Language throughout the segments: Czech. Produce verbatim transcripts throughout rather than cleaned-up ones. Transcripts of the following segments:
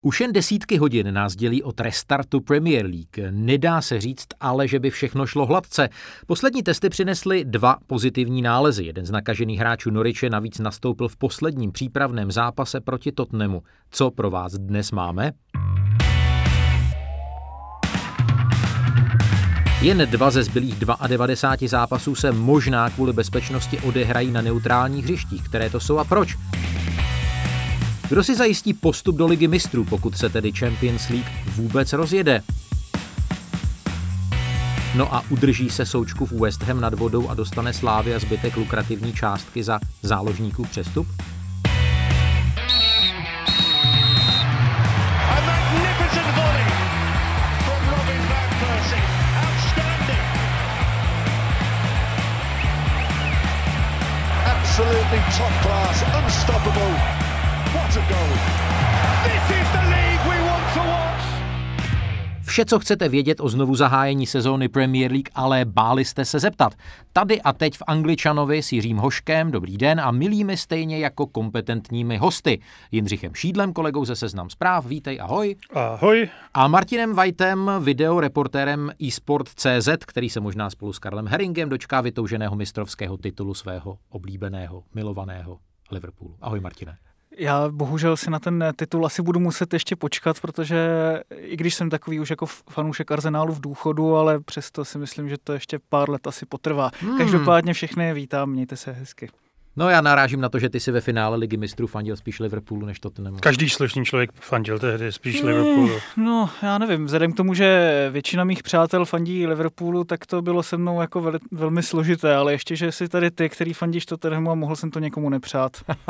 Už jen desítky hodin nás dělí od restartu Premier League. Nedá se říct ale, že by všechno šlo hladce. Poslední testy přinesly dva pozitivní nálezy. Jeden z nakažených hráčů Norwiche navíc nastoupil v posledním přípravném zápase proti Tottenhamu. Co pro vás dnes máme? Jen dva ze zbylých devadesáti dvou zápasů se možná kvůli bezpečnosti odehrají na neutrálních hřištích. Které to jsou a proč? Kdo si zajistí postup do Ligy mistrů, pokud se tedy Champions League vůbec rozjede? No a udrží se Součkův West Ham nad vodou a dostane Slavia zbytek lukrativní částky za záložníkův přestup? Absolutely top class, unstoppable. What a goal. This is the league we want to watch. Vše, co chcete vědět o znovu zahájení sezóny Premier League, ale báli jste se zeptat. Tady a teď v Angličanovi s Jiřím Hoškem, dobrý den, a milými stejně jako kompetentními hosty. Jindřichem Šídlem, kolegou ze Seznam Zpráv, vítej, ahoj. Ahoj. A Martinem Whitem, videoreportérem eSport tečka cé zet, který se možná spolu s Karlem Herringem dočká vytouženého mistrovského titulu svého oblíbeného, milovaného Liverpoolu. Ahoj, Martine. Já bohužel si na ten titul asi budu muset ještě počkat, protože i když jsem takový už jako fanoušek Arsenálu v důchodu, ale přesto si myslím, že to ještě pár let asi potrvá. Hmm. Každopádně všechny vítám, mějte se hezky. No já narážím na to, že ty si ve finále Ligy mistrů fandil spíš Liverpoolu než Tottenhamu. Každý slušný člověk fandil tehdy spíš mm, Liverpoolu. No já nevím, vzhledem k tomu, že většina mých přátel fandí Liverpoolu, tak to bylo se mnou jako vel, velmi složité, ale ještě, že jsi tady ty, který fandíš Tottenhamu a mohl jsem to někomu nepřát.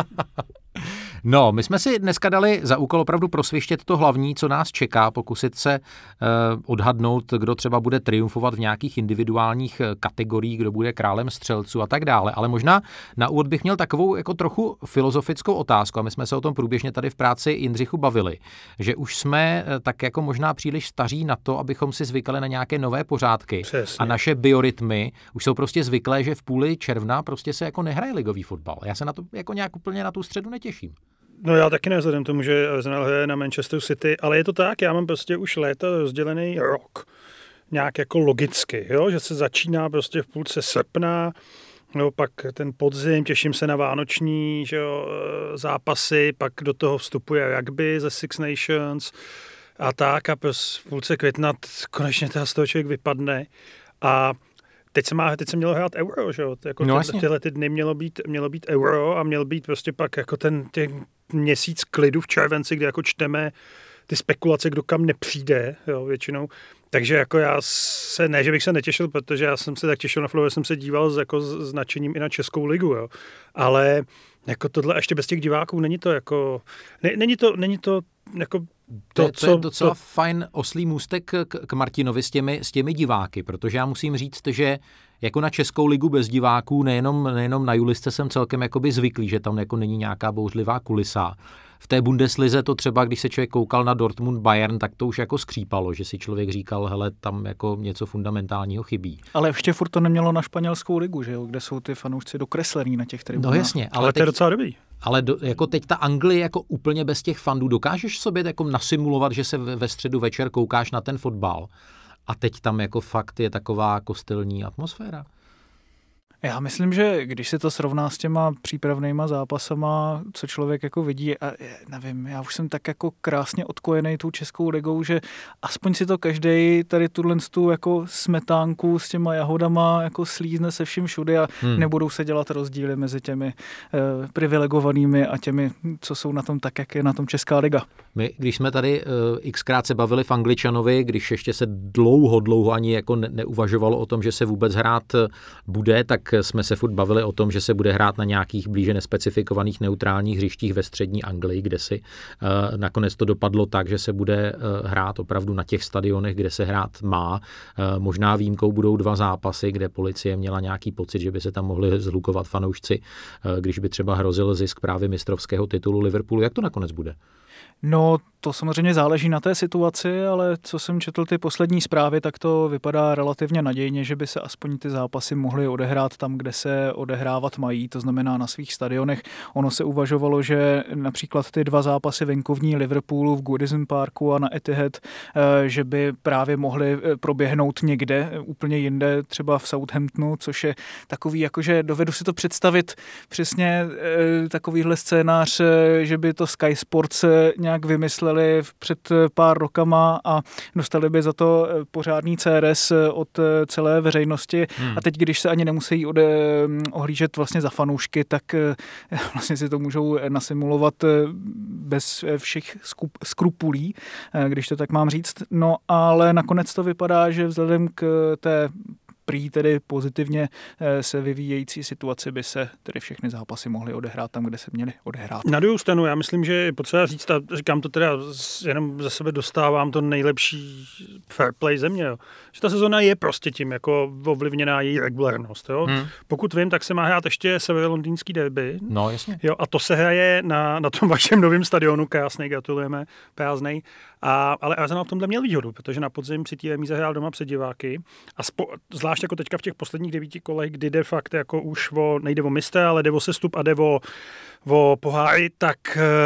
No, my jsme si dneska dali za úkol opravdu prosvištět to hlavní, co nás čeká, pokusit se eh, odhadnout, kdo třeba bude triumfovat v nějakých individuálních kategoriích, kdo bude králem střelců a tak dále. Ale možná na úvod bych měl takovou jako trochu filozofickou otázku, a my jsme se o tom průběžně tady v práci Jindřichu bavili, že už jsme eh, tak jako možná příliš staří na to, abychom si zvykali na nějaké nové pořádky. Přesně. A naše biorytmy už jsou prostě zvyklé, že v půli června prostě se jako nehraje ligový fotbal. Já se na to jako nějak úplně na tu středu netěším. No já taky nevzhledem tomu, že Arsenal hraje na Manchester City, ale je to tak, já mám prostě už léta rozdělený rok nějak jako logicky, jo? Že se začíná prostě v půlce srpna, no, pak ten podzim, těším se na vánoční, že jo, zápasy, pak do toho vstupuje rugby ze Six Nations a tak a prostě v půlce května konečně teda z toho člověk vypadne a Teď se, má, teď se mělo hrát euro, že jo? Jako no, ty, tyhle ty dny mělo být, mělo být euro a měl být prostě pak jako ten, ten měsíc klidu v červenci, kde jako čteme ty spekulace, kdo kam nepřijde, jo, většinou. Takže jako já se, ne, že bych se netěšil, protože já jsem se tak těšil na flow, jsem se díval s, jako s značením i na Českou ligu, jo. Ale jako tohle ještě bez těch diváků není to jako, ne, není to, není to jako To, to, to co, je docela to... fajn oslý můstek k, k Martinovi s těmi, s těmi diváky, protože já musím říct, že jako na Českou ligu bez diváků, nejenom, nejenom na Julisce jsem celkem jakoby zvyklý, že tam jako není nějaká bouřlivá kulisa. V té Bundeslize to třeba, když se člověk koukal na Dortmund Bayern, tak to už jako skřípalo, že si člověk říkal, hele, tam jako něco fundamentálního chybí. Ale ještě furt to nemělo na španělskou ligu, že jo, kde jsou ty fanoušci dokreslení na těch tribunách. No jasně, ale, ale teď, to je docela dobrý. Ale do, jako teď ta Anglie jako úplně bez těch fandů, dokážeš sobě jako nasimulovat, že se ve, ve středu večer koukáš na ten fotbal a teď tam jako fakt je taková kostelní atmosféra? Já myslím, že když se to srovná s těma přípravnýma zápasama, co člověk jako vidí, a nevím, já už jsem tak jako krásně odkojený tou Českou ligou, že aspoň si to každej tady tuhle tu jako smetánku s těma jahodama jako slízne se vším všude a hmm. nebudou se dělat rozdíly mezi těmi eh, privilegovanými a těmi, co jsou na tom tak, jak je na tom Česká liga. My, když jsme tady uh, xkrát se bavili v Angličanovi, když ještě se dlouho, dlouho ani jako ne- neuvažovalo o tom, že se vůbec hrát bude, tak jsme se furt bavili o tom, že se bude hrát na nějakých blíže nespecifikovaných neutrálních hřištích ve střední Anglii, kde si uh, nakonec to dopadlo tak, že se bude uh, hrát opravdu na těch stadionech, kde se hrát má. Uh, možná výjimkou budou dva zápasy, kde policie měla nějaký pocit, že by se tam mohli zhlukovat fanoušci, uh, když by třeba hrozil zisk právě mistrovského titulu Liverpoolu. Jak to nakonec bude? No, to samozřejmě záleží na té situaci, ale co jsem četl ty poslední zprávy, tak to vypadá relativně nadějně, že by se aspoň ty zápasy mohly odehrát tam, kde se odehrávat mají, to znamená na svých stadionech. Ono se uvažovalo, že například ty dva zápasy venkovní Liverpoolu v Goodison Parku a na Etihad, že by právě mohly proběhnout někde úplně jinde, třeba v Southamptonu, což je takový, jakože dovedu si to představit přesně takovýhle scénář, že by to Sky Sports nějak vymysleli před pár rokama a dostali by za to pořádný C R S od celé veřejnosti. Hmm. A teď, když se ani nemusí ode, ohlížet vlastně za fanoušky, tak vlastně si to můžou nasimulovat bez všech skrupulí, když to tak mám říct. No ale nakonec to vypadá, že vzhledem k té prý tedy pozitivně se vyvíjející situaci by se tedy všechny zápasy mohly odehrát tam, kde se měly odehrát. Na druhou stranu, já myslím, že je potřeba říct, a říkám to teda, jenom za sebe dostávám to nejlepší fair play země, jo. Že ta sezona je prostě tím jako ovlivněná její regulárnost. Jo. Hmm. Pokud vím, tak se má hrát ještě severolondýnský derby. No, jasně. Jo, a to se hraje na, na tom vašem novém stadionu, krásnej, gratulujeme, prázdnej. A, ale Arsenal v tomhle měl výhodu, protože na podzim při té remíze hrál doma před diváky a spo, zvlášť jako teďka v těch posledních devíti kolech, kdy jde fakt jako už o, nejde o mistra, ale jde o sestup a jde o, o poháry, tak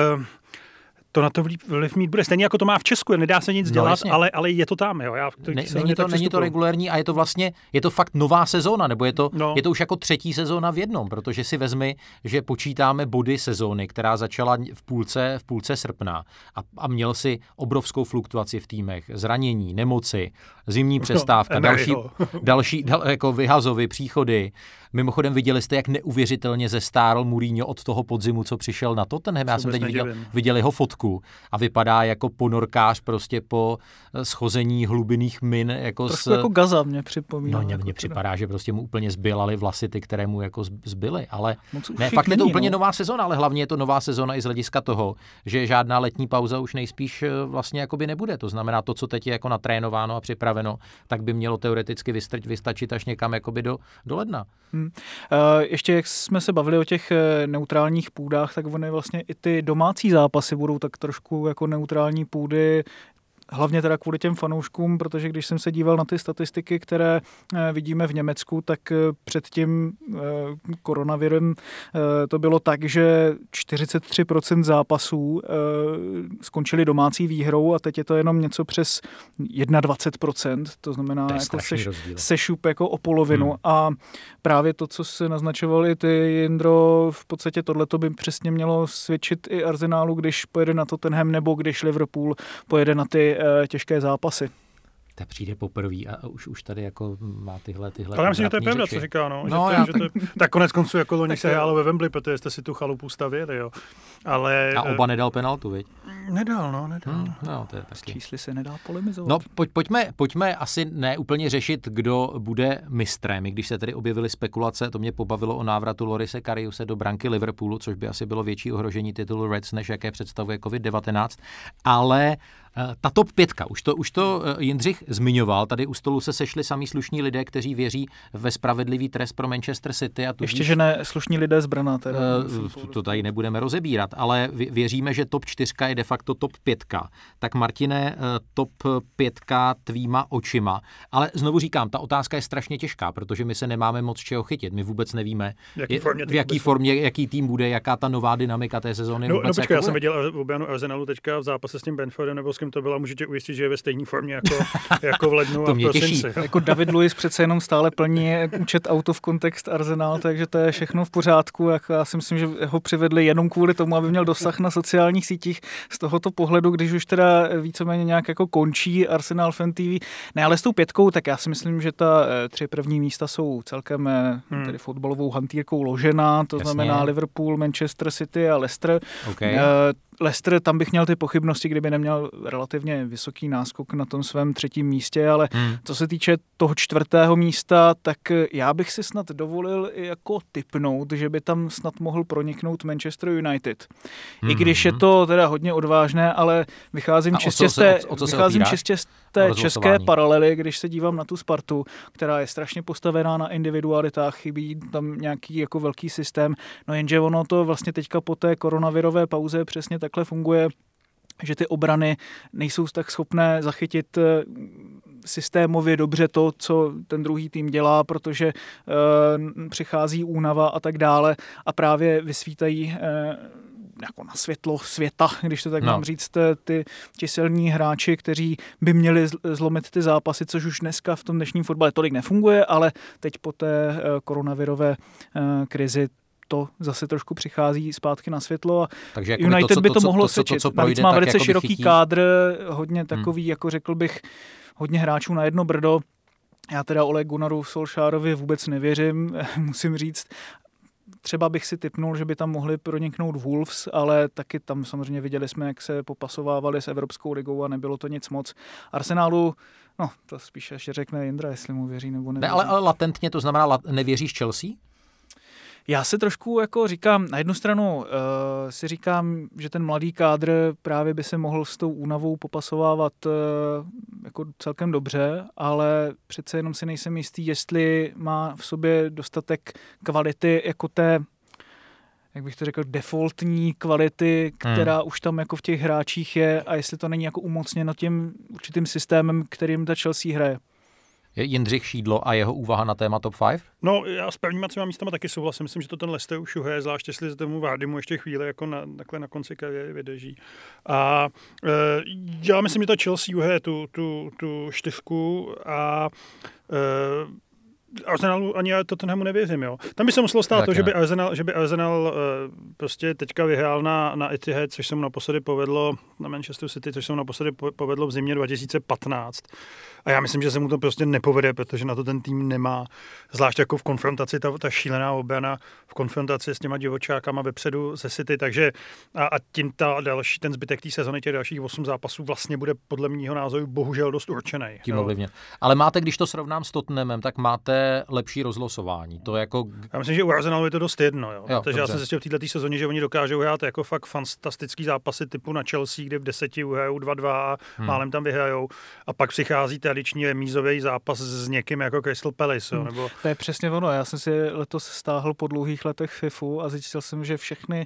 to na to vliv mít bude. Stejně jako to má v Česku, nedá se nic dělat, no, ale, ale je to tam. Jo. Já ne, není, to, není to regulérní a je to vlastně, je to fakt nová sezóna, nebo je to, no. je to už jako třetí sezóna v jednom, protože si vezmi, že počítáme body sezóny, která začala v půlce, v půlce srpna a, a měl si obrovskou fluktuaci v týmech, zranění, nemoci, zimní přestávka, no, další, další dal, jako vyhazovy, příchody. Mimochodem viděli jste, jak neuvěřitelně zestárl Mourinho od toho podzimu, co přišel na Tottenham. Já jsem teď viděl, viděl jeho fotku a vypadá jako ponorkář prostě po schození hlubinných min. Jako Trošku s... jako Gaza mě připomíná. No mně jako připadá, že prostě mu úplně zbylaly vlasy, ty, které mu jako zbyly. Ale ne, fakt je to úplně no. nová sezona, ale hlavně je to nová sezona i z hlediska toho, že žádná letní pauza už nejspíš vlastně jakoby nebude. To znamená to, co teď je jako natrénováno a připraveno, tak by mělo teoreticky vystačit až někam jakoby do, do ledna. Hmm. Uh, ještě jak jsme se bavili o těch neutrálních půdách, tak oni vlastně i ty domácí zápasy budou tak trošku jako neutrální půdy, hlavně teda kvůli těm fanouškům, protože když jsem se díval na ty statistiky, které vidíme v Německu, tak před tím koronavirem to bylo tak, že čtyřicet tři procent zápasů skončily domácí výhrou a teď je to jenom něco přes dvacet jedna procent, to znamená to jako seš, sešup jako o polovinu hmm. a právě to, co se naznačovali ty, Jindro, v podstatě tohleto by přesně mělo svědčit i Arsenalu, když pojede na Tottenham nebo když Liverpool pojede na ty těžké zápasy. Ta přijde poprvé a už, už tady jako má tyhle tyhle. Ale já myslím, že to je pravda, co říká, no. no že já, to, že to, tak konec konců jako loni se hrálo ve Wembley, protože jste si tu chalupu stavěli, jo. Ale a oba nedal penaltu, viď? Nedal, no, nedal. Hmm, no, to je taky. S čísly se nedá polemizovat. No, pojď, pojďme, pojďme asi ne úplně řešit, kdo bude mistrem. I když se tady objevily spekulace, to mě pobavilo o návratu Lorise Kariuse do branky Liverpoolu, což by asi bylo větší ohrožení titulu Reds, než jaké představuje covid devatenáct. Ale ta top pětka, už to, už to Jindřich zmiňoval, tady u stolu se sešli samí slušní lidé, kteří věří ve spravedlivý trest pro Manchester City. A ještě, že ne slušní lidé z Brna. Teda. Uh, to tady nebudeme rozebírat, ale věříme, že top čtyřka je de facto top pětka. Tak Martine, top pětka tvýma očima. Ale znovu říkám, ta otázka je strašně těžká, protože my se nemáme moc čeho chytit. My vůbec nevíme, jaký formě v jaký formě, jaký tým bude, jaká ta nová dynamika té sezóny no, vůbec. No počkej, jako já jsem viděl obranu Arsenalu teďka v zápase s tím Brentfordem nebo s kým to byla, můžete ujistit, že je ve stejné formě jako, jako v lednu to a v prosinci. Jako David Luiz přece jenom stále plní účet out of context Arsenal, takže to je všechno v pořádku. Já si myslím, že ho přivedli jenom kvůli tomu, aby měl dosah na sociálních sítích z tohoto pohledu, když už teda víceméně nějak jako končí Arsenal Fan T V. Ne, ale s tou pětkou, tak já si myslím, že ta tři první místa jsou celkem hmm. tedy fotbalovou hantýrkou ložená, to Jasně. znamená Liverpool, Manchester City a Leicester. Okay. Uh, Leicester, tam bych měl ty pochybnosti, kdyby neměl relativně vysoký náskok na tom svém třetím místě, ale hmm. co se týče toho čtvrtého místa, tak já bych si snad dovolil jako tipnout, že by tam snad mohl proniknout Manchester United. Hmm. I když je to teda hodně odvážné, ale vycházím čistě z té, o, o vycházím čistě z té české paralely, když se dívám na tu Spartu, která je strašně postavená na individualitách, chybí tam nějaký jako velký systém, no jenže ono to vlastně teďka po té koronavirové pauze přesně takhle funguje, že ty obrany nejsou tak schopné zachytit systémově dobře to, co ten druhý tým dělá, protože e, přichází únava a tak dále a právě vysvítají e, jako na světlo světa, když to tak no. mám říct, ty, ti silní hráči, kteří by měli zlomit ty zápasy, což už dneska v tom dnešním fotbale tolik nefunguje, ale teď po té e, koronavirové e, krizi to zase trošku přichází zpátky na světlo a takže jako United to, co, by to, to mohlo to, co, sečit. To, co Navíc projde, má velice široký chytí. kádr, hodně takový, hmm. jako řekl bych, hodně hráčů na jedno brdo. Já teda Ole Gunnaru Solskjaerovi vůbec nevěřím, musím říct. Třeba bych si tipnul, že by tam mohli proniknout Wolves, ale taky tam samozřejmě viděli jsme, jak se popasovávali s Evropskou ligou a nebylo to nic moc. Arsenálu, no to spíš ještě řekne Jindra, jestli mu věří nebo nevěří. Ne, ale, ale latentně to znamená, nevěříš Chelsea? Já se trošku jako říkám, na jednu stranu uh, si říkám, že ten mladý kádr právě by se mohl s tou únavou popasovávat uh, jako celkem dobře, ale přece jenom si nejsem jistý, jestli má v sobě dostatek kvality jako té, jak bych to řekl, defaultní kvality, která hmm. už tam jako v těch hráčích je a jestli to není jako umocněno tím určitým systémem, kterým ta Chelsea hraje. Je Jindřich Šídlo a jeho úvaha na téma top pět? No, já s pevnýma třema místama taky souhlasím. Myslím, že to ten Leicester už uhé, zvlášť jestli tomu Vardymu ještě chvíli jako na, takhle na konci kariéry vydrží. A e, já myslím, že ta Chelsea uhé tu, tu, tu čtyřku a e, Arsenalu ani já Tottenhamu nevěřím, jo. Tam by se muselo stát tak to, že by, Arsenal, že by Arsenal uh, prostě teďka vyhrál na, na Etihad, což se mu naposledy povedlo na Manchester City, což se mu naposledy povedlo v zimě dva tisíce patnáct. A já myslím, že se mu to prostě nepovede, protože na to ten tým nemá. Zvlášť jako v konfrontaci, ta, ta šílená obrana v konfrontaci s těma divočákama vepředu ze City, takže a, a tím ta další, ten zbytek té sezony, těch dalších osm zápasů vlastně bude podle mýho názoru bohužel dost určený. Tím ovlivně. Ale máte, když to srovnám s Tottenhamem, tak máte lepší rozlosování. To jako... Já myslím, že u Arsenalu je to dost jedno. Jo? Jo, takže já jsem zjistil v této sezóně, že oni dokážou hrát jako fakt fantastický zápasy typu na Chelsea, kde v deseti uhrajou dva dva a hmm. málem tam vyhrajou. A pak přichází tradiční remízový zápas s někým jako Crystal Palace. Jo? Nebo... To je přesně ono. Já jsem si letos stáhl po dlouhých letech FIFU a zjistil jsem, že všechny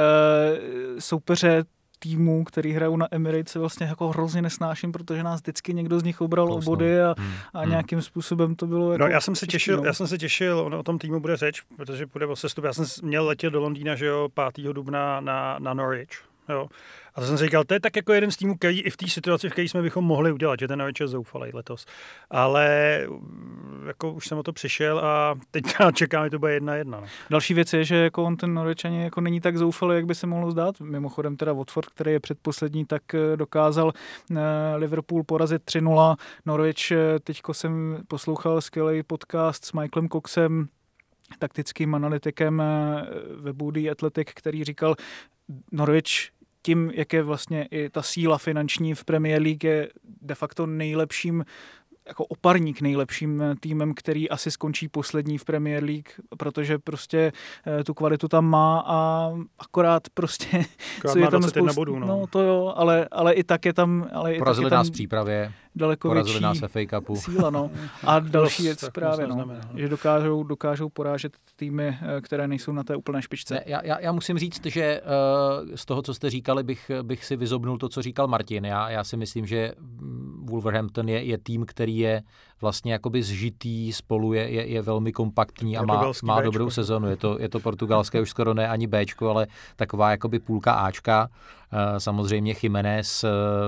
uh, soupeře týmů, který hrajou na Emirates, vlastně jako hrozně nesnáším, protože nás vždycky někdo z nich obral o body a, hmm. a nějakým způsobem to bylo jako... No já jsem se těšil, já jsem se těšil, ono o tom týmu bude řeč, protože půjde o sestup. Já jsem měl letět do Londýna, že jo, pátého dubna na, na Norwich, jo. A to jsem si říkal, to je tak jako jeden z týmů, který i v té situaci, v které jsme bychom mohli udělat, že ten Norwich je zoufalej letos. Ale jako už jsem o to přišel a teď čekám, že to bude jedna jedna. No. Další věc je, že jako on ten Norwich ani jako není tak zoufalý, jak by se mohlo zdát. Mimochodem teda Watford, který je předposlední, tak dokázal Liverpool porazit tři nula. Norwich, teďko jsem poslouchal skvělý podcast s Michaelem Coxem, taktickým analytikem webu The Athletic, který říkal, Norwich tím, jak je vlastně i ta síla finanční v Premier League, je de facto nejlepším, jako oparník nejlepším týmem, který asi skončí poslední v Premier League, protože prostě tu kvalitu tam má a akorát prostě... Akorát má dvacet jedna bodů, no. No to jo, ale, ale i tak je tam... Ale Porazili i tak je tam nás v přípravě. Daleko Porazili větší nás F A Cupu. síla, no. A další věc právě, no, znamená, no. že dokážou, dokážou porážet týmy, které nejsou na té úplné špičce. Ne, já, já musím říct, že uh, z toho, co jste říkali, bych, bych si vyzobnul to, co říkal Martin. Já, já si myslím, že Wolverhampton je, je tým, který je vlastně jakoby zžitý, spolu je, je, je velmi kompaktní a má, má dobrou sezonu. Je to, je to portugalské už skoro ne ani Bčko, ale taková jakoby půlka Ačka. Samozřejmě Jiménez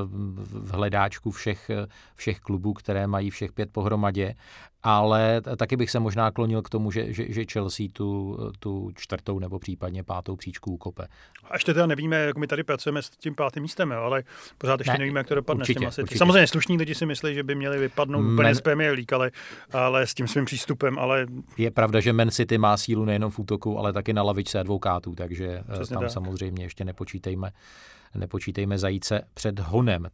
v hledáčku všech, všech klubů, které mají všech pět pohromadě, ale taky bych se možná klonil k tomu, že, že, že Chelsea tu, tu čtvrtou nebo případně pátou příčku ukope. A ještě teda nevíme, jak my tady pracujeme s tím pátým místem, jo, ale pořád ještě ne, nevíme, jak to dopadne určitě, s těma určitě. Samozřejmě slušní lidi si myslí, že by měli vypadnout Man... úplně z Premier League, ale, ale s tím svým přístupem, ale... Je pravda, že Man City má sílu nejenom v útoku, ale taky na lavičce advokátů, takže přesně tam tak. Samozřejmě ještě nepočítejme, nepočítejme zajíce před honem.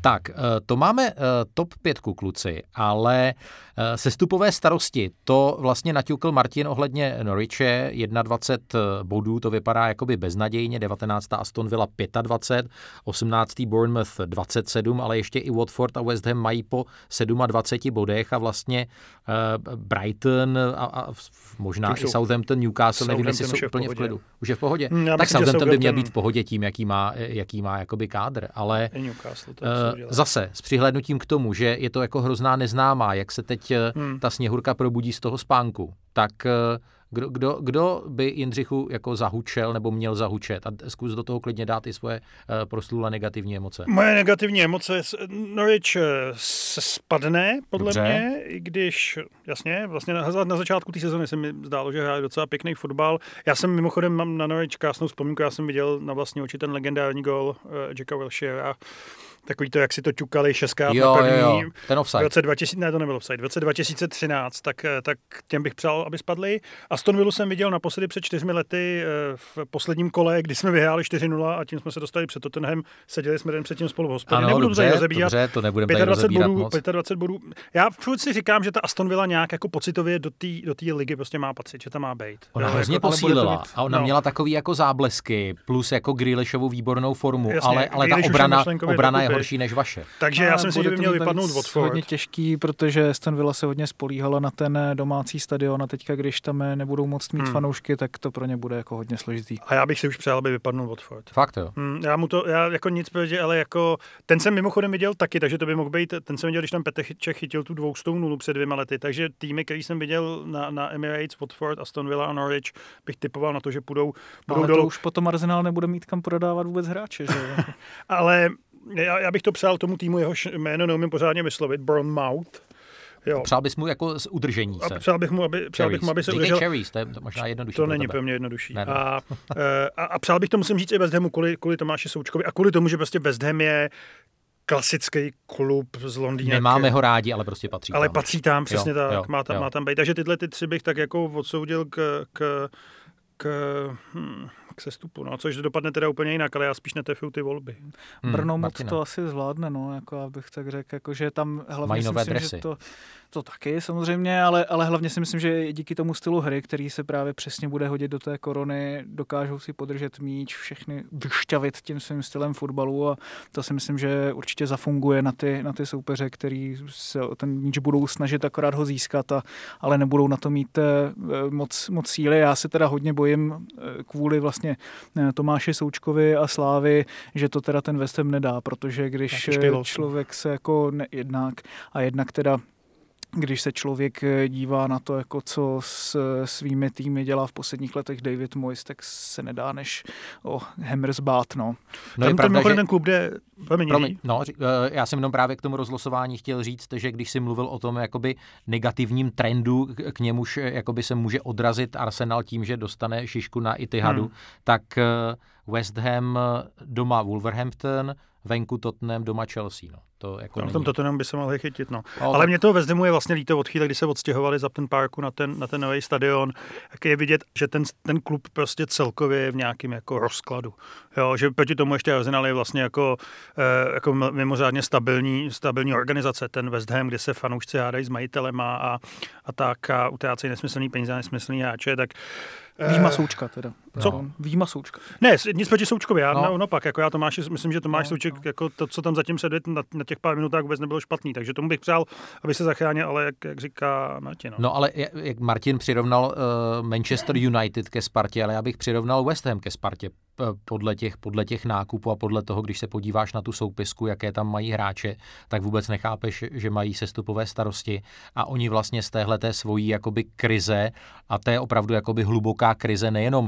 Tak, to máme top pětku, kluci, ale sestupové starosti, to vlastně naťukl Martin ohledně Norwiche, dvacet jedna bodů, to vypadá jakoby beznadějně, devatenáctá Aston Villa dvacet pět, osmnáctý Bournemouth dvacet sedm, ale ještě i Watford a West Ham mají po dvaceti sedmi bodech a vlastně Brighton a, a možná i Southampton, Newcastle, nevím, jestli jsou úplně v klidu. Už je v pohodě? Hmm, tak myslím, Southampton by měl být v pohodě tím, jaký má, jaký má jakoby kádr, ale uh, zase s přihlédnutím k tomu, že je to jako hrozná neznámá, jak se teď hmm. ta Sněhurka probudí z toho spánku, tak kdo, kdo, kdo by Jindřichu jako zahučel nebo měl zahučet? A zkus do toho klidně dát i svoje uh, proslulé negativní emoce. Moje negativní emoce, Norwich se spadne, podle Dobře. mě, i když, jasně, vlastně na, na začátku té sezony se mi zdálo, že hraje docela pěkný fotbal. Já jsem mimochodem mám na Norwich krásnou vzpomínku, já jsem viděl na vlastní oči ten legendární gól uh, Jacka Wilshere. Takový to, jak si to ťukali šestkrát na první. Jo, jo, ten offside. V roce dva tisíce, ne, to nebyl offside. V roce dva tisíce třináct, tak, tak těm bych přál, aby spadli. Aston Villu jsem viděl naposledy před čtyřmi lety v posledním kole, kdy jsme vyhráli čtyři nula a tím jsme se dostali před Tottenham. Seděli jsme den předtím spolu v hospodě. Ano, Nebudu dobře, to tady rozebírat. Dobře, to nebudeme tady rozebírat bodů, moc. dvacet pět bodů. Já furt si říkám, že ta Aston Villa nějak jako pocitově do té do té ligy prostě má patřit, že tam má být. Ona no, hrozně jako, posílila mít, a ona no. měla takový jako záblesky plus jako Grealishovu výbornou formu, Jasně, ale, ale ta obrana, obrana je horší než vaše. Takže já si myslím, že by měl vypadnout Watford. Hodně těžký, protože Aston Villa se hodně spolíhala na ten domácí stadion a teďka, když tam nebudou moct mít hmm. fanoušky, tak to pro ně bude jako hodně složitý. A já bych si už přál, aby vypadnul Watford. Fakt jo. Hmm, já mu to, já jako nic proti, ale jako, ten jsem mimochodem viděl taky, takže to by mohl být, ten jsem viděl, když tam Petr Čech chytil tu dvoustou nulu před dvěma lety, takže týmy, který jsem viděl na, na Emirates, Watford, Aston Villa a Norwich, bych typoval na to, že půjdou, budou ale dolů. to už potom Arsenal nebude mít kam prodávat vůbec hráče, že ale Já, já bych to přál tomu týmu, jehož jméno neumím pořádně vyslovit, Bournemouth. Jo. Přál bys mu jako z udržení se. A přál bych mu, aby, přál bych mu, aby se udržel. Cherries, to je možná jednodušší. To není pro mě jednodušší. Ne, ne. A, a, a přál bych to, musím říct, i West Hamu kvůli, kvůli Tomáši Součkovi a kvůli tomu, že prostě West Ham je klasický klub z Londýna. Nemáme ho rádi, ale prostě patří ale tam. patří tam, přesně jo, tak, jo, má tam, jo. má tam být. Takže tyhle ty tři bych tak jako odsoudil k, k, k, hm, k sestupu, no, což dopadne teda úplně jinak, ale já spíš netefuju ty volby. Hmm, Brno moc to asi zvládne, no, jako abych tak řekl, jako, že tam hlavně mají si nové myslím, dresy. že to, to taky samozřejmě, ale, ale hlavně si myslím, že díky tomu stylu hry, který se právě přesně bude hodit do té korony, dokážou si podržet míč, všechny vyšťavit tím svým stylem fotbalu a to si myslím, že určitě zafunguje na ty, na ty soupeře, který se o ten míč budou snažit akorát ho získat, a, ale nebudou na to mít moc, moc síly. Já se teda hodně bojím kvůli vlastně Tomáši Součkovi a Slávy, že to teda ten West Ham nedá, protože když člověk se jako ne, jednak a jednak teda když se člověk dívá na to, jako co s svými týmy dělá v posledních letech David Moyes, tak se nedá než o Hammers bát, no. No ten, pravda, ten, že... ten klub jde... Promiň, no, já jsem jenom právě k tomu rozlosování chtěl říct, že když jsi mluvil o tom jakoby negativním trendu, k němuž jakoby se může odrazit Arsenal tím, že dostane šišku na Etihadu, hmm. tak West Ham doma Wolverhampton, venku Tottenham, doma Chelsea, no. To jako no, v tom Tottenham by se mohli chytit, no. no ale mě to West Hamu je vlastně líto od chvíle, kdy se odstěhovali za ten parku na ten, na ten nový stadion, jak je vidět, že ten, ten klub prostě celkově je v nějakém jako rozkladu. Jo, že proti tomu ještě Arsenal je vlastně jako, eh, jako mimořádně stabilní, stabilní organizace, ten West Ham, kde se fanoušci hádají s majitelema a, a tak a utrácejí nesmyslný peníze, nesmyslný hráče, tak Výjima Součka teda. Co? Výjima Součka. Ne, nic proti Součkovi, já no. naopak, jako já Tomáš, myslím, že Tomáš no, Souček, no. jako to, co tam zatím se jde na, na těch pár minutách vůbec nebylo špatný, takže tomu bych přál, aby se zachránil, ale jak, jak říká Martin. No. no ale jak Martin přirovnal uh, Manchester United ke Spartě, ale já bych přirovnal West Ham ke Spartě podle těch, podle těch nákupů a podle toho, když se podíváš na tu soupisku, jaké tam mají hráče, tak vůbec nechápeš, že mají sestupové starosti a oni vlastně z téhleté svojí jakoby krize, a to je opravdu jakoby hluboká krize, nejenom uh,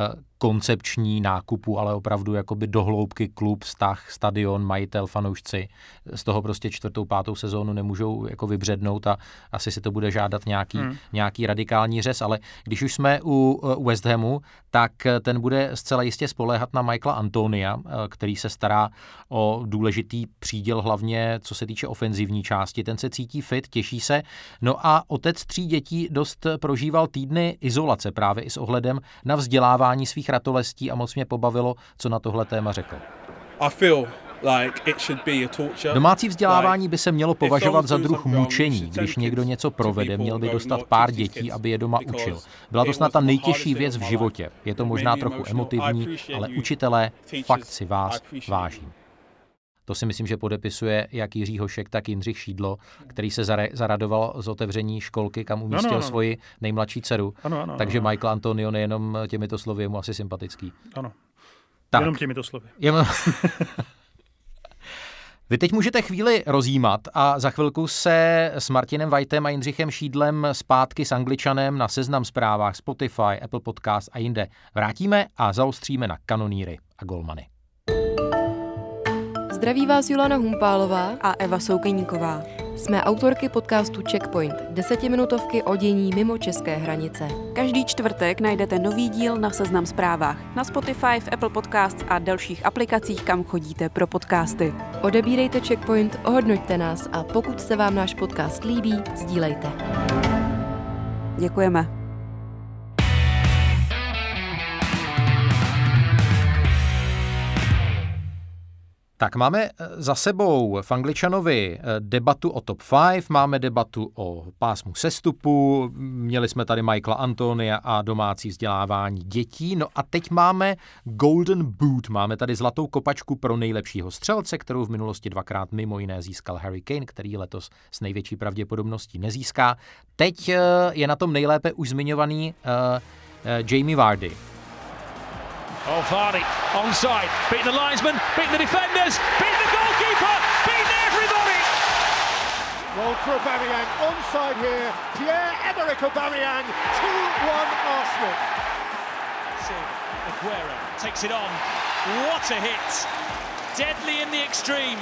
koncepční nákupu, ale opravdu jakoby dohloubky klub, vztah, stadion, majitel, fanoušci. Z toho prostě čtvrtou, pátou sezónu nemůžou jako vybřednout a asi si to bude žádat nějaký, hmm. nějaký radikální řez, ale když už jsme u West Hamu, tak ten bude zcela jistě spoléhat na Michaela Antonia, který se stará o důležitý příděl, hlavně co se týče ofenzivní části. Ten se cítí fit, těší se. No a otec tří dětí dost prožíval týdny izolace právě i s ohledem na vzdělávání svých ratolestí a moc mě pobavilo, co na tohle téma řekl. I feel Domácí vzdělávání by se mělo považovat za druh mučení. Když někdo něco provede, měl by dostat pár dětí, aby je doma učil. Byla to snad ta nejtěžší věc v životě. Je to možná trochu emotivní, ale učitelé, fakt si vás vážím. To si myslím, že podepisuje jak Jiří Hošek, tak Jindřich Šídlo, který se zaradoval z otevření školky, kam umístil no, no, no. svoji nejmladší dceru. Ano, ano, Takže ano. Michael Antonio nejenom těmito slovy je mu asi sympatický. Ano, tak. jenom těmito slovy. Jem... Vy teď můžete chvíli rozjímat a za chvilku se s Martinem Whitem a Jindřichem Šídlem zpátky s Angličanem na Seznam Zprávách, Spotify, Apple Podcast a jinde vrátíme a zaostříme na kanonýry a golmany. Zdraví vás Julana Humpálová a Eva Soukeníková. Jsme autorky podcastu Checkpoint, desetiminutovky o dění mimo české hranice. Každý čtvrtek najdete nový díl na Seznam Zprávách, na Spotify, v Apple Podcasts a dalších aplikacích, kam chodíte pro podcasty. Odebírejte Checkpoint, ohodnoťte nás a pokud se vám náš podcast líbí, sdílejte. Děkujeme. Tak máme za sebou v Angličanovi debatu o top pět, máme debatu o pásmu sestupu, měli jsme tady Michaela Antonia a domácí vzdělávání dětí, no a teď máme Golden Boot, máme tady zlatou kopačku pro nejlepšího střelce, kterou v minulosti dvakrát mimo jiné získal Harry Kane, který letos s největší pravděpodobností nezíská. Teď je na tom nejlépe už zmiňovaný uh, uh, Jamie Vardy. Oh, Vardy, onside, beating the linesman, beating the defenders, beating the goalkeeper, beating everybody! Goal for Aubameyang, onside here, Pierre-Emerick Aubameyang, two one Arsenal. Aguero takes it on, what a hit, deadly in the extreme.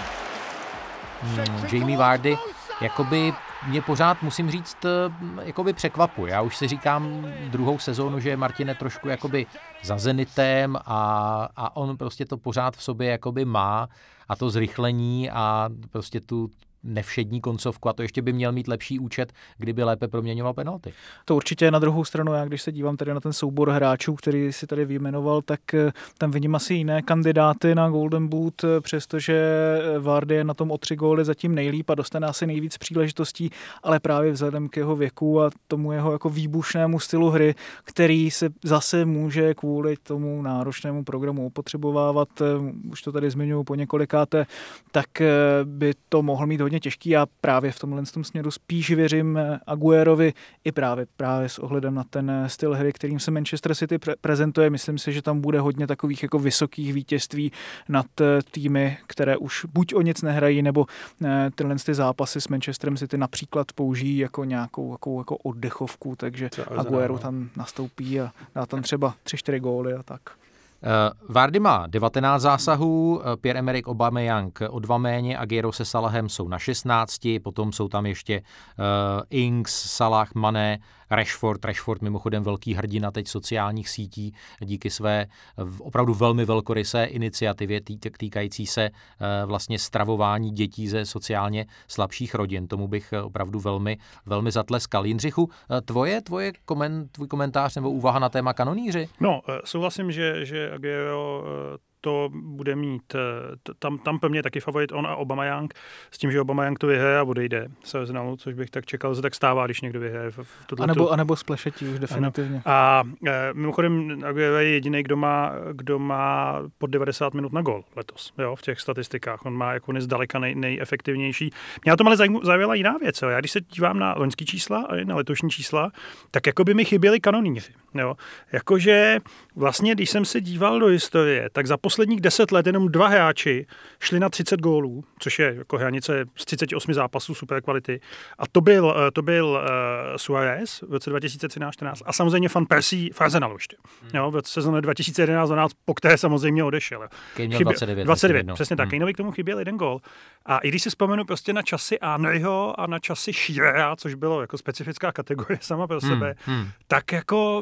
Hmm, Jamie Vardy, jakoby mě pořád, musím říct, jakoby překvapuje. Já už si říkám druhou sezónu, že je Martine trošku jakoby za Zenitem a, a on prostě to pořád v sobě jakoby má a to zrychlení a prostě tu nevšední koncovku a to ještě by měl mít lepší účet, kdyby lépe proměňoval penalty. To určitě na druhou stranu, já když se dívám tady na ten soubor hráčů, který si tady vyjmenoval, tak tam vidím asi jiné kandidáty na Golden Boot, přestože Vardy je na tom o tři góly zatím nejlíp a dostane asi nejvíc příležitostí, ale právě vzhledem k jeho věku a tomu jeho jako výbušnému stylu hry, který se zase může kvůli tomu náročnému programu opotřebovávat, už to tady zmiňuji po několikáté, tak by to mohl mít hodně těžký a právě v tomhle směru spíš věřím Aguerovi i právě, právě s ohledem na ten styl hry, kterým se Manchester City pre- prezentuje. Myslím si, že tam bude hodně takových jako vysokých vítězství nad týmy, které už buď o nic nehrají, nebo tyhle ty zápasy s Manchesterem City například použijí jako nějakou jako, jako oddechovku, takže Aguero tam nastoupí a dá tam třeba tři čtyři góly a tak. Uh, Vardy má devatenáct zásahů, Pierre-Emerick Aubameyang o dva méně, Aguero se Salahem jsou na šestnácti, potom jsou tam ještě uh, Ings, Salah, Mané, Rashford, Rashford mimochodem velký hrdina teď sociálních sítí díky své opravdu velmi velkorysé iniciativě tý, týkající se uh, vlastně stravování dětí ze sociálně slabších rodin. Tomu bych opravdu velmi, velmi zatleskal. Jindřichu, uh, tvoje, tvoje koment, tvůj komentář nebo úvaha na téma kanonýři? No, souhlasím, že, že Aguero to bude mít, tam, tam pro mě je taky favorit on a Aubameyang, s tím, že Aubameyang to vyhraje a odejde se Arsenalu, což bych tak čekal, že tak stává, když někdo vyhraje. A nebo, a nebo splešetí už definitivně. Ano. A e, mimochodem Aguero je jediný, kdo má, kdo má pod devadesát minut na gol letos, jo, v těch statistikách. On má jako nezdaleka nej, nejefektivnější. Mě na tom ale zajímala jiná věc. Jo. Já když se dívám na loňský čísla a na letošní čísla, tak jako by mi chyběli kanonýři. Jo. Jakože vlastně, když jsem se díval do historie, tak za posledních deset let jenom dva hráči šli na třicet gólů, což je jako hranice z třicet osm zápasů super kvality. A to byl, to byl uh, Suárez v roce dva tisíce třináct čtrnáct a samozřejmě Van Persie v Arsenalu ještě. Hmm. Jo, v sezóně dva tisíce jedenáct dvanáct, po které samozřejmě odešel. Kane měl dvacet devět. dvacet devět, přesně tak. Hmm. Kaneovi k tomu chyběl jeden gól. A i když si vzpomenu prostě na časy Henryho a na časy Shearera, což bylo jako specifická kategorie sama pro hmm. sebe, hmm. tak jako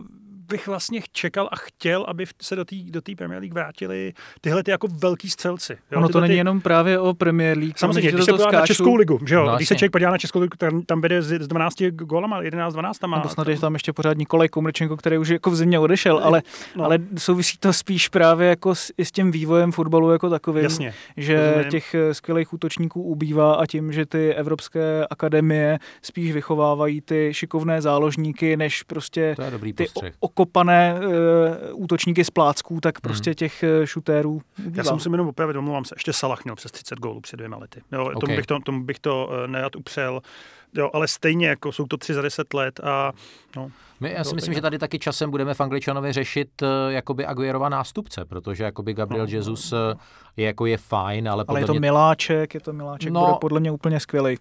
bych vlastně čekal a chtěl, aby se do té do té Premier League vrátili tyhle ty jako velký střelci. Jo? Ono to není ty... jenom právě o Premier League. Samozřejmě, když se podívá na Českou ligu, že jo? No, když se člověk podívá na Českou ligu, tam, tam vede s dvanácti gólama, jedenáct dvanáct tam má. Nebo snad je tam ještě pořád Nikolaj Komrčenko, který už jako v zimě odešel, ale, no. ale souvisí to spíš právě jako s, i s tím vývojem fotbalu jako takovým, Jasně, že rozumím. těch skvělých útočníků ubývá a tím, že ty evropské akademie spíš vychovávají ty šikovné záložníky, než prostě ty okopané uh, útočníky z plácků, tak prostě hmm. těch šutérů ubývá. Já se musím jenom opravit, omlouvám se, ještě Salah měl přes třicet gólů před dvěma lety. Jo, okay. tomu, bych to, tomu bych to uh, nerad upřel, jo, ale stejně jako jsou to tři za deset let a no. My, já si myslím, že tady taky časem budeme v Angličanovi řešit uh, jakoby Aguerova nástupce, protože jakoby Gabriel no, Jesus uh, je jako je fajn, ale ale je to mě... miláček, je to miláček, no, bude podle mě úplně skvělý.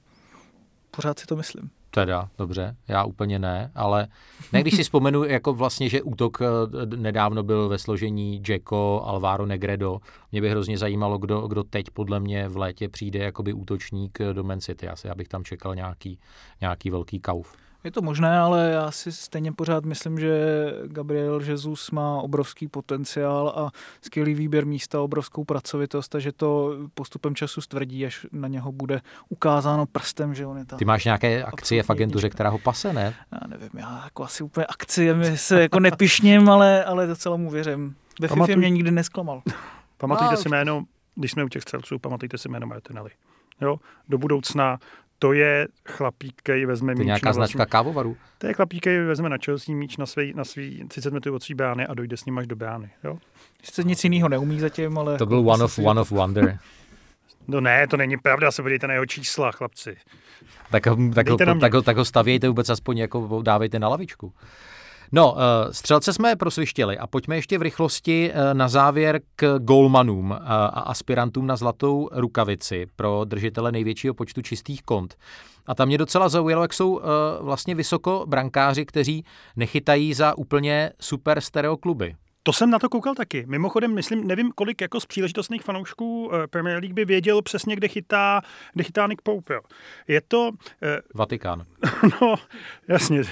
Pořád si to myslím. Teda, dobře, já úplně ne, ale ne, když si vzpomenu, jako vlastně, že útok nedávno byl ve složení Dzeko, Alvaro Negredo, mě by hrozně zajímalo, kdo, kdo teď podle mě v létě přijde jakoby útočník do Man City. Asi já bych tam čekal nějaký, nějaký velký kauf. Je to možné, ale já si stejně pořád myslím, že Gabriel Jesus má obrovský potenciál a skvělý výběr místa, obrovskou pracovitost a že to postupem času stvrdí, až na něho bude ukázáno prstem, že on je tam. Ty máš nějaké akcie v agentuře, která ho pase, ne? Já nevím, já jako asi úplně akciemi se jako nepišním, ale, ale docela mu věřím. Ve Pamatuj... FIFA mě nikdy nesklamal. Pamatujte si jméno, když jsme u těch střelců, pamatujte si jméno Martinelli. Jo, do budoucna to je chlapík, který vezme míč. To je nějaká značka vlastní... kávovaru? To je chlapík, který vezme na Chelsea míč na svý, na svý třicet metrů od svý brány a dojde s ním až do brány. Jo? Sice nic jiného neumí zatím, ale... To byl one of, one of wonder. No ne, to není pravda, se podívejte na jeho čísla, chlapci. Tak, tak, ho, tak, ho, tak ho stavějte vůbec aspoň, jako dávejte na lavičku. No, střelce jsme prosvištěli a pojďme ještě v rychlosti na závěr k golmanům a aspirantům na zlatou rukavici pro držitele největšího počtu čistých kont. A tam mě docela zaujalo, jak jsou vlastně vysoko brankáři, kteří nechytají za úplně super stereokluby. To jsem na to koukal taky. Mimochodem, myslím, nevím, kolik jako z příležitostných fanoušků Premier League by věděl přesně, kde chytá, kde chytá Nick Pope. Je to... Eh, Vatikán. No, jasně.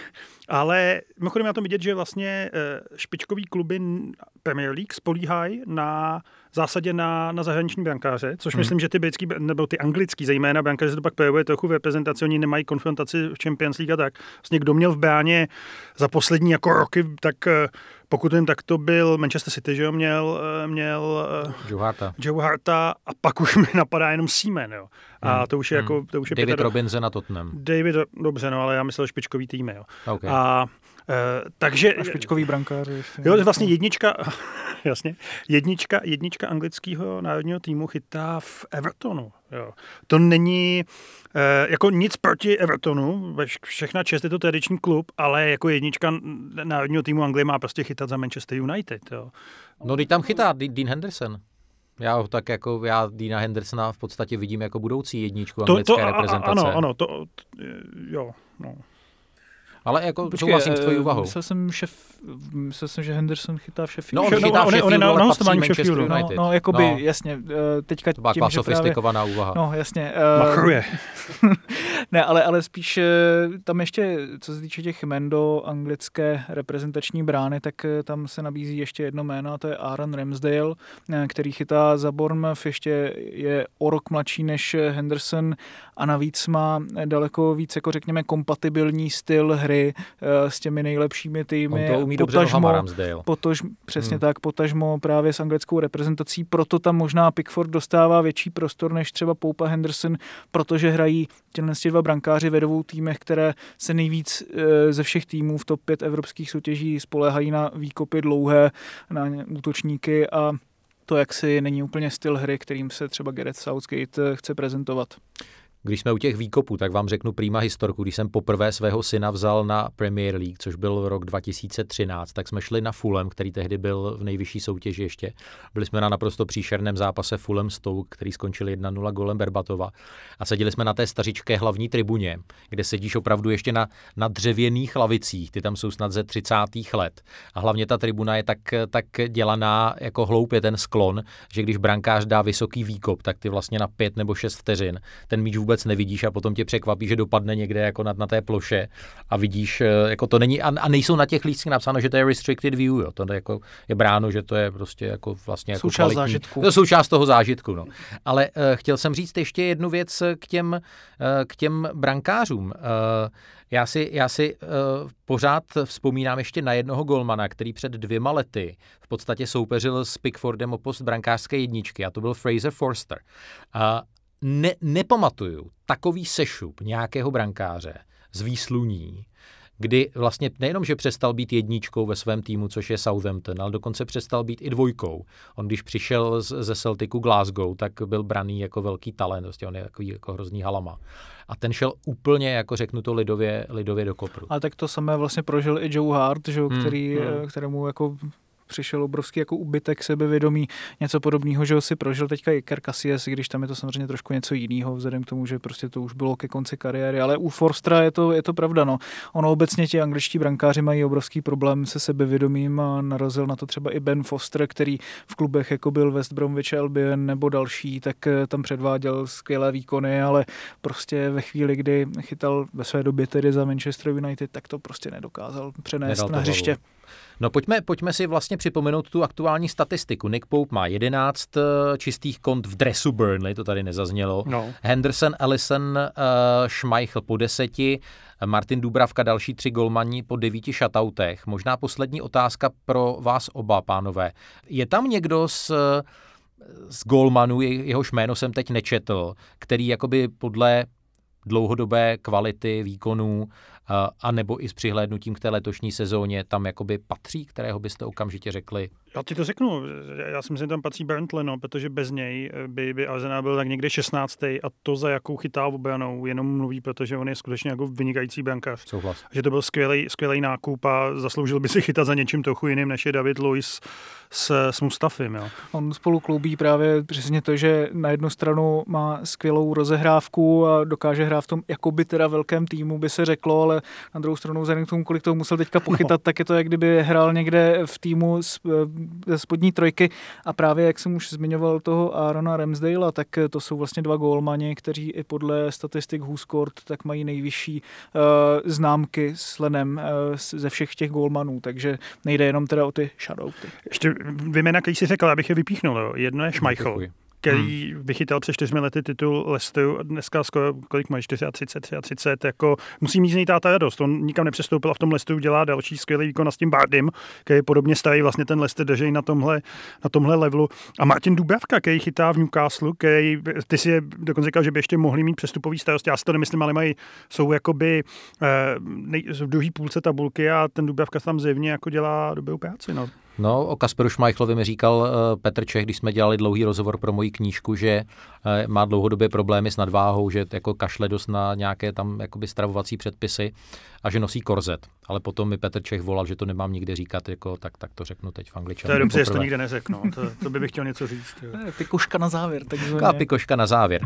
Ale mimochodem já to vidět, že vlastně špičkový kluby Premier League spolíhají na zásadě na, na zahraniční brankáře, což hmm. myslím, že ty britský, nebo ty anglický zejména brankáře se to pak projevuje trochu v reprezentaci, oni nemají konfrontaci v Champions League a tak. Vlastně kdo měl v bráně za poslední jako roky, tak pokud jim tak to byl Manchester City, že jo, měl, měl Joe Harta. Joe Harta a pak už mi napadá jenom Seaman, jo. A hmm. to už je hmm. jako... To už je David pět... Robinson na Tottenham. David, dobře, no, ale já myslel špičkový týmy, jo. Okay. A Uh, takže... A špičkový brankáři. Jo, vlastně jednička, jasně, jednička, jednička anglického národního týmu chytá v Evertonu. Jo. To není uh, jako nic proti Evertonu, všechna čest je to tradiční klub, ale jako jednička národního týmu Anglie má prostě chytat za Manchester United. Jo. No, když tam chytá Dean Henderson. Já ho tak jako, já Deana Hendersona v podstatě vidím jako budoucí jedničku to, anglické to, reprezentace. Ano, ano, to, to jo, no. Ale jako souhlasím s tvojí úvahou. Myslel jsem, šef, myslel jsem, že Henderson chytá v Sheffieldu. No, on chytá v Sheffieldu, ale patří Manchester United. No, no jakoby, no. jasně, teďka to byla tím, že sofistikovaná právě, úvaha. No, jasně. Machruje. Ne, ale, ale spíš tam ještě, co se týče těch jmen do anglické reprezentační brány, tak tam se nabízí ještě jedno jméno, a to je Aaron Ramsdale, který chytá za Bournemouth, ještě je o rok mladší než Henderson a navíc má daleko víc, jako řekněme, kompatibilní styl hry s těmi nejlepšími týmy. On to umí dobře nohama, Ramsdale. Potaž, přesně hmm. tak, potažmo právě s anglickou reprezentací, proto tam možná Pickford dostává větší prostor než třeba Pope a Henderson, protože hrají těmhle dva brankáři ve dvou týmech, které se nejvíc e, ze všech týmů v top pět evropských soutěží spoléhají na výkopy dlouhé, na útočníky a to jaksi není úplně styl hry, kterým se třeba Gareth Southgate chce prezentovat. Když jsme u těch výkopů, tak vám řeknu prima historku. Když jsem poprvé svého syna vzal na Premier League, což byl rok dva tisíce třináct, tak jsme šli na Fulham, který tehdy byl v nejvyšší soutěži ještě. Byli jsme na naprosto příšerném zápase Fulham Stoke, který skončil jedna nula golem Berbatova. A seděli jsme na té stařičké hlavní tribuně, kde sedíš opravdu ještě na, na dřevěných lavicích. Ty tam jsou snad ze třicátých let. A hlavně ta tribuna je tak, tak dělaná jako hloupě ten sklon, že když brankář dá vysoký výkop, tak ty vlastně na pět nebo šest vteřin ten míč vůbec vůbec nevidíš a potom tě překvapí, že dopadne někde jako na, na té ploše a vidíš, jako to není, a, a nejsou na těch lístkách napsáno, že to je restricted view, jo, to jako je bráno, že to je prostě jako vlastně jako součást kvalitní. zážitku. To je součást toho zážitku, no. Ale uh, chtěl jsem říct ještě jednu věc k těm, uh, k těm brankářům. Uh, já si, já si uh, pořád vzpomínám ještě na jednoho golmana, který před dvěma lety v podstatě soupeřil s Pickfordem o post brankářské jedničky a to byl Fraser Forster. Uh, ne, nepamatuju takový sešup nějakého brankáře z výsluní, kdy vlastně nejenom, že přestal být jedničkou ve svém týmu, což je Southampton, ale dokonce přestal být i dvojkou. On když přišel z, ze Celticu Glasgow, tak byl braný jako velký talent, vlastně on je takový jako hrozný halama. A ten šel úplně, jako řeknu to lidově, lidově do kopru. A tak to samé vlastně prožil i Joe Hart, že, hmm, který, hmm. kterému jako přišel obrovský jako úbytek sebevědomí, něco podobného, že ho si prožil teďka i Iker Casillas, když tam je to samozřejmě trošku něco jiného, vzhledem k tomu, že prostě to už bylo ke konci kariéry, ale u Forstera je to, je to pravda, no. Ono obecně ti angličtí brankáři mají obrovský problém se sebevědomím a narazil na to třeba i Ben Foster, který v klubech jako byl West Bromwich Albion nebo další, tak tam předváděl skvělé výkony, ale prostě ve chvíli, kdy chytal ve své době tedy za Manchester United, tak to prostě nedokázal přenést na hřiště. No pojďme, pojďme si vlastně připomenout tu aktuální statistiku. Nick Pope má jedenáct čistých kont v dresu Burnley, to tady nezaznělo. No. Henderson, Alisson, uh, Schmeichel po deseti, Martin Dubravka další tři golmani po devíti shoutoutech. Možná poslední otázka pro vás oba, pánové. Je tam někdo z, z golmanů, jehož jméno jsem teď nečetl, který jakoby podle dlouhodobé kvality výkonů a nebo i s přihlédnutím k té letošní sezóně tam jakoby patří, kterého byste okamžitě řekli? Já ti to řeknu, já si myslím, že tam patří Bernd Leno, protože bez něj by, by Arsenal byl tak někde šestnáctý a to, za jakou chytá obranou, jenom mluví, protože on je skutečně jako vynikající brankář. Souhlas. Že to byl skvělý, skvělý nákup a zasloužil by si chytat za něčím trochu jiným, než je David Luiz s, s Mustafim. Jo. On spolu kloubí právě přesně to, že na jednu stranu má skvělou rozehrávku a dokáže hrát v tom jakoby teda velkém týmu, by se řeklo, ale na druhou stranu vzhledem k tomu, kolik toho musel teďka pochytat, no. tak je to, jak kdyby hrál někde v týmu ze spodní trojky a právě, jak jsem už zmiňoval toho Aarona Ramsdalea, tak to jsou vlastně dva gólmani, kteří i podle statistik WhoScored tak mají nejvyšší uh, známky s Lenem uh, ze všech těch gólmanů, takže nejde jenom teda o ty shutouty. Ještě dvě jména, který jsi řekl, abych je vypíchnul. Jo. Jedno je Schmeichel, který hmm. vychytal před čtyřmi lety titul Leicesteru a dneska skoro, kolik mají, třicet čtyři, třicet tři, jako musí mít z něj táta radost. On nikam nepřestoupil a v tom Leicesteru dělá další skvělý výkon a s tím Bardym, který podobně starý vlastně ten Leicester drží na tomhle, na tomhle levelu. A Martin Dubravka, který chytá v Newcastle, který, ty si je dokonce říkal, že by ještě mohli mít přestupový starost. Já si to nemyslím, ale mají, jsou jakoby eh, nej, v druhé půlce tabulky a ten Dubravka tam zjevně jako dělá dobrou práci. No. No, o Kasperu Schmeichlovi mi říkal uh, Petr Čech, když jsme dělali dlouhý rozhovor pro moji knížku, že uh, má dlouhodobě problémy s nadváhou, že jako kašle dost na nějaké tam jakoby stravovací předpisy a že nosí korzet. Ale potom mi Petr Čech volal, že to nemám nikde říkat, jako, tak, tak to řeknu teď v angličtině. To je dobře, že to nikde neřeknu. To, to by bych chtěl něco říct. Jo. Pikoška na závěr. Takzvaně. Taková pikoška na závěr.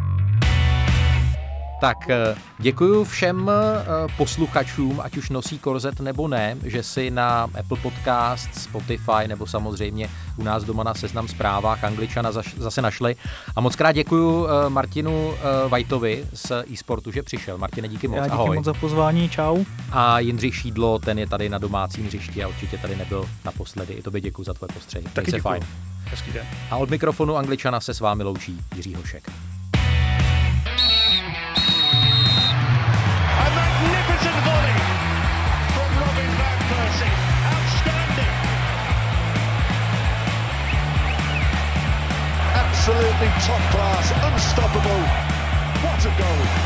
Tak děkuji všem posluchačům, ať už nosí korzet nebo ne, že si na Apple Podcast, Spotify nebo samozřejmě u nás doma na Seznam Zprávách Angličana zase našli. A moc krát děkuji Martinu Vajtovi z eSportu, že přišel. Martine, díky moc. Já díky Ahoj. moc za pozvání, čau. A Jindřich Šídlo, ten je tady na domácím hřišti a určitě tady nebyl naposledy. I tobě děkuji za tvoje postřehy. Taky se fajn. Hezký den. A od mikrofonu Angličana se s vámi loučí Jiří Hošek. Absolutely top class, unstoppable. What a goal.